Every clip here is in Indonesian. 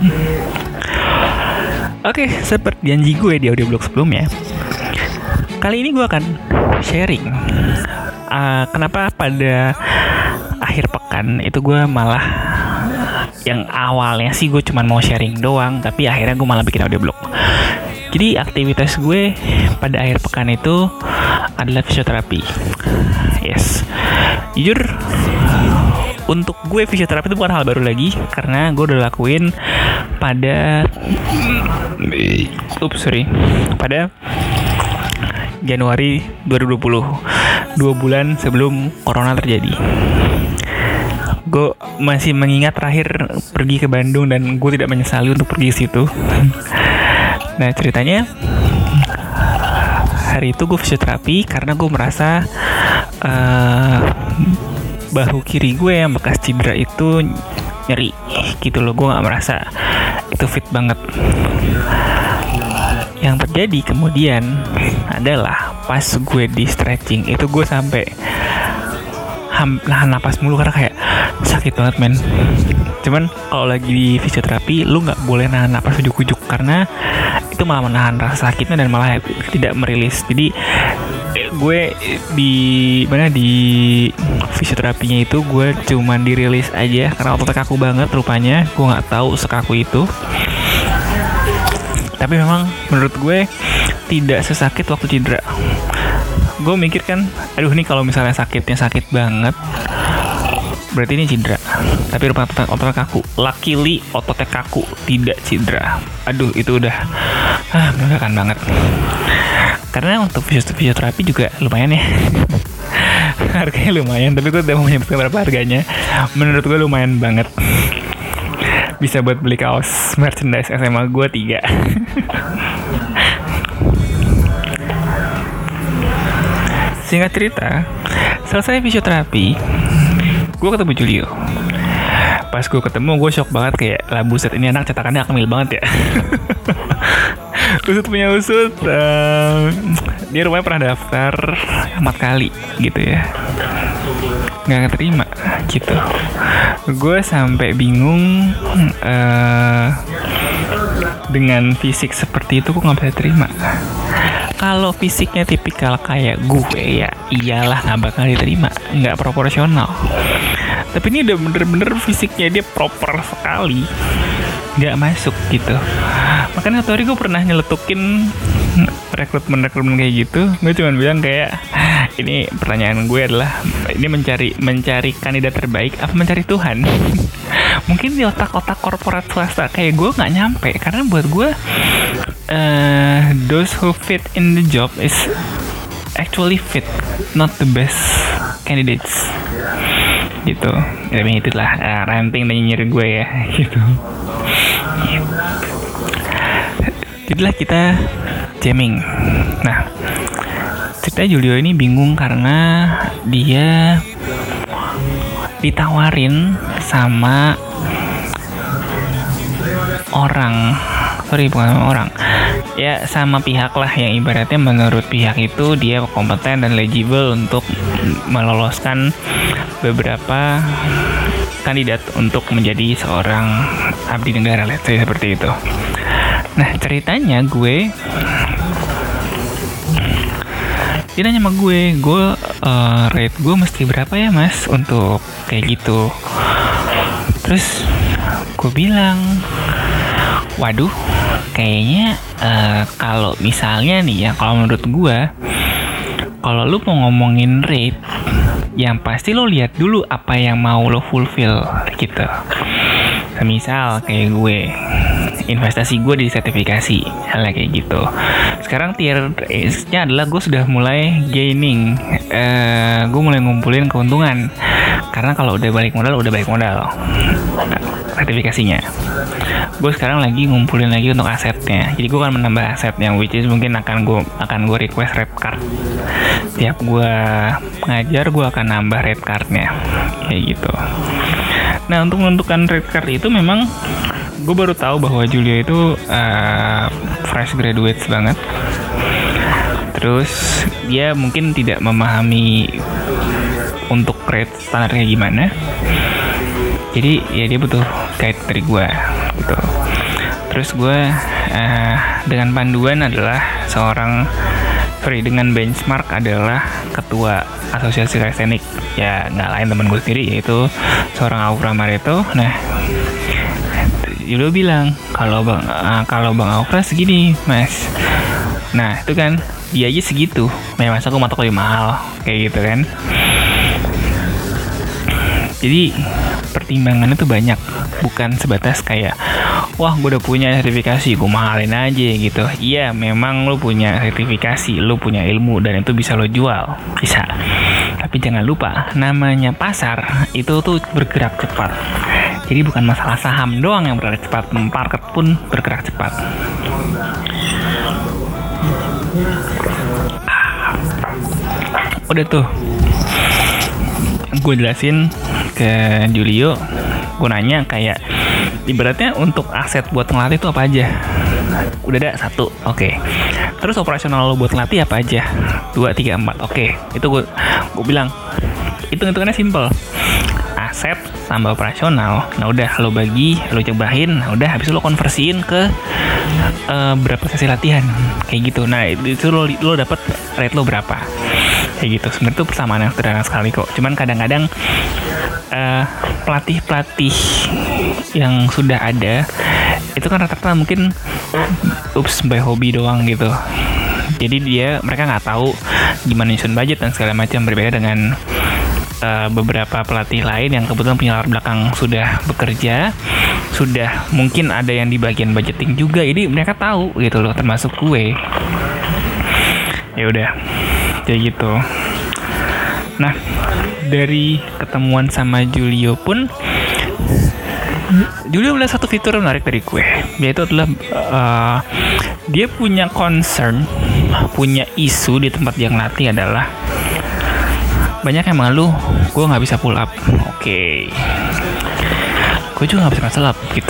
Oke, seperti janji gue di audioblog sebelumnya, kali ini gue akan sharing kenapa pada akhir pekan itu gue malah, yang awalnya sih gue cuma mau sharing doang, tapi akhirnya gue malah bikin audioblog. Jadi aktivitas gue pada akhir pekan itu adalah fisioterapi. Yes, jujur untuk gue fisioterapi itu bukan hal baru lagi, karena gue udah lakuin pada Januari 2020, 2 bulan sebelum corona terjadi. Gue masih mengingat terakhir pergi ke Bandung dan gue tidak menyesali untuk pergi ke situ. Nah, ceritanya hari itu gue fisioterapi karena gue merasa bahu kiri gue yang bekas cedera itu nyeri gitu loh. Gue gak merasa itu fit banget. Yang terjadi kemudian adalah pas gue di stretching itu gue sampai nahan napas mulu karena kayak sakit banget men. Cuman kalau lagi di fisioterapi lu nggak boleh nahan napas ujuk-ujuk karena itu malah menahan rasa sakitnya dan malah tidak merilis. Jadi gue di fisioterapinya itu gue cuman dirilis aja karena otot kaku banget rupanya. Gue nggak tahu sekaku itu. Tapi memang menurut gue tidak sesakit waktu cedera. Gue mikir kan, aduh nih kalau misalnya sakitnya sakit banget, berarti ini cedera. Tapi rupanya otot kaku. Luckily ototnya kaku, tidak cedera. Aduh itu udah menegangkan banget. Karena untuk fisioterapi juga lumayan ya. Harganya lumayan, tapi gue udah mau menyebutkan berapa harganya. Menurut gue lumayan banget. Bisa buat beli kaos merchandise SMA gue 3. Singkat cerita, selesai fisioterapi, gue ketemu Julio. Pas gue ketemu, gue shock banget kayak, lah buset ini anak cetakannya akmil banget ya. Usut punya usut, dia rumahnya pernah daftar 4 kali gitu ya, nggak keterima gitu. Gue sampai bingung dengan fisik seperti itu, gue nggak bisa terima. Kalau fisiknya tipikal kayak gue ya iyalah nggak bakal diterima, nggak proporsional. Tapi ini udah bener-bener fisiknya dia proper sekali, nggak masuk gitu. Makanya satu hari gue pernah nyeletukin rekrutmen kayak gitu. Gue cuma bilang kayak, ini pertanyaan gue adalah, ini mencari kandidat terbaik apa mencari Tuhan? Mungkin di otak-otak korporat swasta kayak gue nggak nyampe, karena buat gue those who fit in the job is actually fit, not the best candidates gitu. Tapi itulah ranting dan nyinyir gue ya gitu. Jadilah kita jamming. Nah, cerita Julio ini bingung karena dia ditawarin sama sama pihak lah yang ibaratnya menurut pihak itu dia kompeten dan eligible untuk meloloskan beberapa kandidat untuk menjadi seorang abdi negara, let's say seperti itu. Nah, ceritanya dia nanya sama gue rate gue mesti berapa ya mas untuk kayak gitu. Terus gue bilang, waduh, kayaknya kalau misalnya nih ya, kalau menurut gue, kalau lu mau ngomongin rate, yang pasti lo lihat dulu apa yang mau lo fulfill gitu. Misal kayak gue, investasi gue di sertifikasi, hal kayak gitu. Sekarang tier nya adalah gue sudah mulai gaining, gue mulai ngumpulin keuntungan. Karena kalau udah balik modal sertifikasinya. Gue sekarang lagi ngumpulin lagi untuk asetnya. Jadi gue akan menambah asetnya, which is mungkin akan gue request rep card. Tiap gue ngajar gue akan nambah rep cardnya kayak gitu. Nah, untuk menentukan rep card itu memang gue baru tahu bahwa Julio itu fresh graduate banget. Terus dia mungkin tidak memahami untuk rate standarnya gimana. Jadi ya dia butuh guide dari gue gitu. Terus gue dengan panduan adalah dengan benchmark adalah ketua asosiasi kalistenik, ya nggak lain teman gue sendiri, yaitu seorang Aufra Mareto. Nah, Julio bilang kalau bang Aufra segini mas. Nah itu kan dia aja segitu, masa aku matok lebih mahal kayak gitu kan. Jadi pertimbangannya tuh banyak, bukan sebatas kayak wah gue udah punya sertifikasi gue mahalin aja gitu. Iya memang lo punya sertifikasi, lo punya ilmu dan itu bisa lo jual, bisa. Tapi jangan lupa namanya pasar itu tuh bergerak cepat. Jadi bukan masalah saham doang yang bergerak cepat, market pun bergerak cepat. Udah tuh gue jelasin ke Julio, gue nanya kayak ibaratnya untuk aset buat ngelatih itu apa aja. Udah ada 1, oke. Terus operasional lo buat ngelatih apa aja, 2, 3, 4, oke. Itu gue bilang hitungannya simple, aset tambah operasional. Nah udah lo bagi, lo cobain, nah udah habis itu lo konversiin ke berapa sesi latihan kayak gitu. Nah itu lo dapet rate lo berapa kayak gitu. Sebenarnya itu persamaan yang sederhana sekali kok. Cuman kadang-kadang pelatih yang sudah ada itu kan rata-rata mungkin by hobi doang gitu. Jadi mereka nggak tahu gimana nyusun budget dan segala macam, berbeda dengan beberapa pelatih lain yang kebetulan punya latar belakang sudah bekerja, sudah mungkin ada yang di bagian budgeting juga, jadi mereka tahu gitu loh, termasuk gue. Ya udah kayak gitu. Nah dari ketemuan sama Julio pun, Julio melihat satu fitur yang menarik dari gue, yaitu adalah dia punya concern, punya isu di tempat dia ngelatih adalah banyak yang mengeluh gue nggak bisa pull up. Oke. Gue juga nggak bisa muscle up gitu,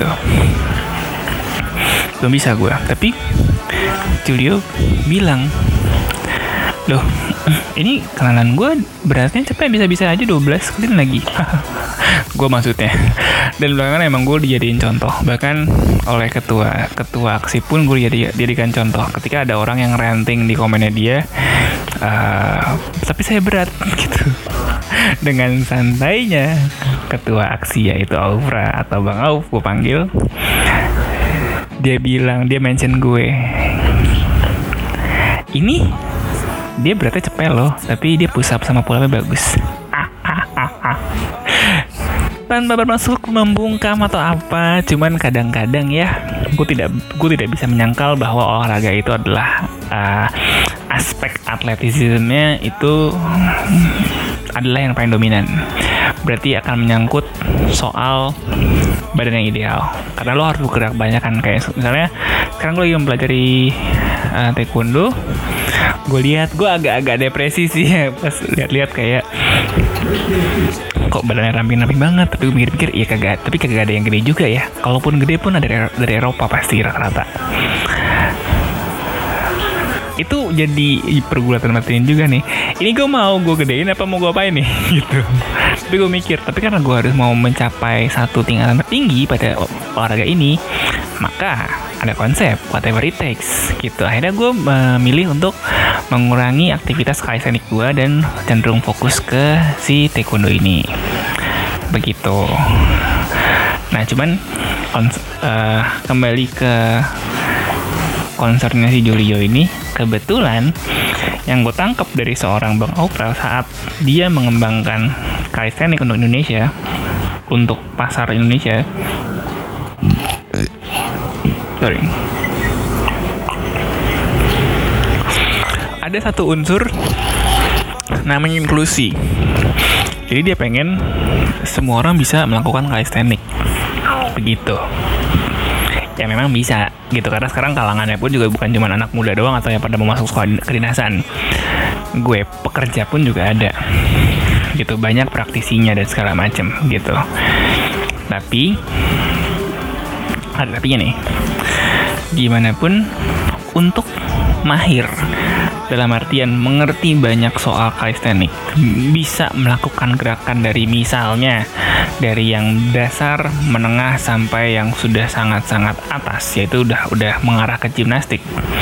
belum bisa gue. Tapi Julio bilang, loh ini kelanan gue beratnya capek bisa-bisa aja 12 clean lagi. Gue maksudnya. Dan belakangan emang gue dijadiin contoh, bahkan oleh ketua aksi pun gue dijadikan contoh ketika ada orang yang ranting di komennya dia, tapi saya berat gitu. Dengan santainya ketua aksi, yaitu Aufra atau Bang Auf gue panggil, dia mention gue, ini dia beratnya cepet loh, tapi dia push up sama pull up-nya bagus. Tanpa bermaksud membungkam atau apa, cuman kadang-kadang ya gue tidak bisa menyangkal bahwa olahraga itu adalah aspek atletisismenya itu adalah yang paling dominan. Berarti akan menyangkut soal badan yang ideal, karena lo harus bergerak banyak kan. Kayak misalnya sekarang gue lagi mempelajari taekwondo, gue agak-agak depresi sih ya, pas lihat kayak kok badannya ramping-ramping banget. Tapi gue mikir-mikir, iya kagak ada yang gede juga ya. Kalaupun gede pun ada dari Eropa pasti rata-rata. Itu jadi pergulatan batin juga nih. Ini gue mau gue gedein apa mau gue apain nih gitu. Tapi gue mikir, tapi karena gue harus mau mencapai satu tingkatan tertinggi pada olahraga ini, maka ada konsep whatever it takes gitu. Akhirnya gue memilih untuk mengurangi aktivitas calisthenics gue dan cenderung fokus ke si taekwondo ini. Begitu. Nah cuman kembali ke concernnya si Julio ini, kebetulan yang gue tangkap dari seorang Bang Aufra saat dia mengembangkan calisthenics untuk Indonesia, untuk pasar Indonesia, ada satu unsur namanya inklusi. Jadi dia pengen semua orang bisa melakukan calisthenics, begitu. Ya memang bisa gitu, karena sekarang kalangannya pun juga bukan cuma anak muda doang atau yang pada mau masuk sekolah kedinasan. Gue pekerja pun juga ada gitu, banyak praktisinya dan segala macem gitu. Tapi ada tapinya nih, gimana pun untuk mahir dalam artian mengerti banyak soal calisthenics, bisa melakukan gerakan dari misalnya dari yang dasar, menengah sampai yang sudah sangat-sangat atas, yaitu udah mengarah ke gimnastik.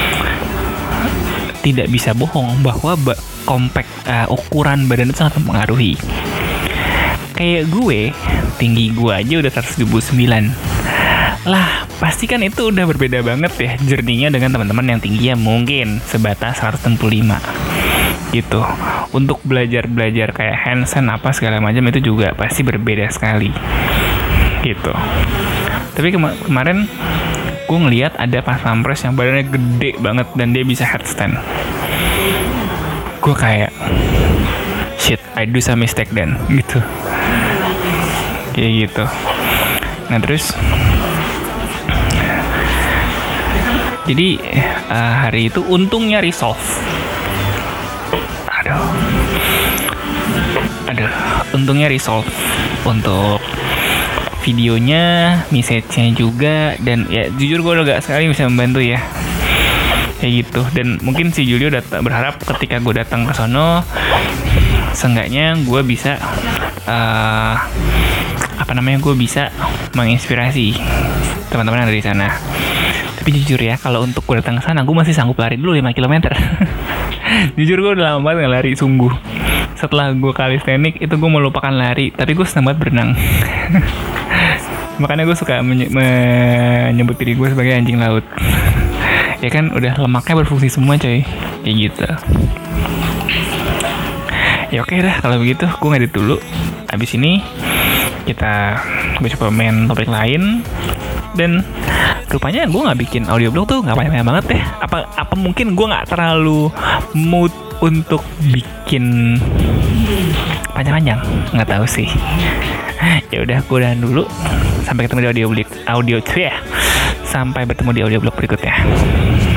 Tidak bisa bohong bahwa ukuran badan itu sangat mempengaruhi. Kayak gue, tinggi gue aja udah 179. Lah, pasti kan itu udah berbeda banget ya journey-nya dengan teman-teman yang tingginya mungkin sebatas 165 gitu. Untuk belajar kayak handstand apa segala macam itu juga pasti berbeda sekali gitu. Tapi kemarin gue ngeliat ada pas pampres yang badannya gede banget dan dia bisa headstand. Gue kayak shit, I do some mistake then gitu. Kayak gitu. Nah terus jadi hari itu untungnya resolve. Untungnya resolve untuk videonya, message-nya juga, dan ya jujur gue udah gak sekali bisa membantu ya. Kayak gitu. Dan mungkin si Julio berharap ketika gue datang ke sono, seenggaknya gue bisa gue bisa menginspirasi teman-teman yang ada di sana. Tapi jujur ya, kalau untuk gue datang ke sana, gue masih sanggup lari dulu 5 km. Jujur gue udah lama banget nggak lari, sungguh. Setelah gue calisthenics itu gue melupakan lari, tapi gue senang banget berenang. Makanya gue suka menyebut diri gue sebagai anjing laut. Ya kan, udah lemaknya berfungsi semua coy. Kayak gitu. Ya oke dah, kalau begitu gue ngedit dulu. Abis ini gue coba main topik lain. Dan rupanya gue nggak bikin audioblog tuh nggak panjang banget deh. Apa mungkin gue nggak terlalu mood untuk bikin panjang-panjang, nggak tahu sih. Ya udah, gue udahan dulu. Sampai ketemu di sampai bertemu di audioblog berikutnya.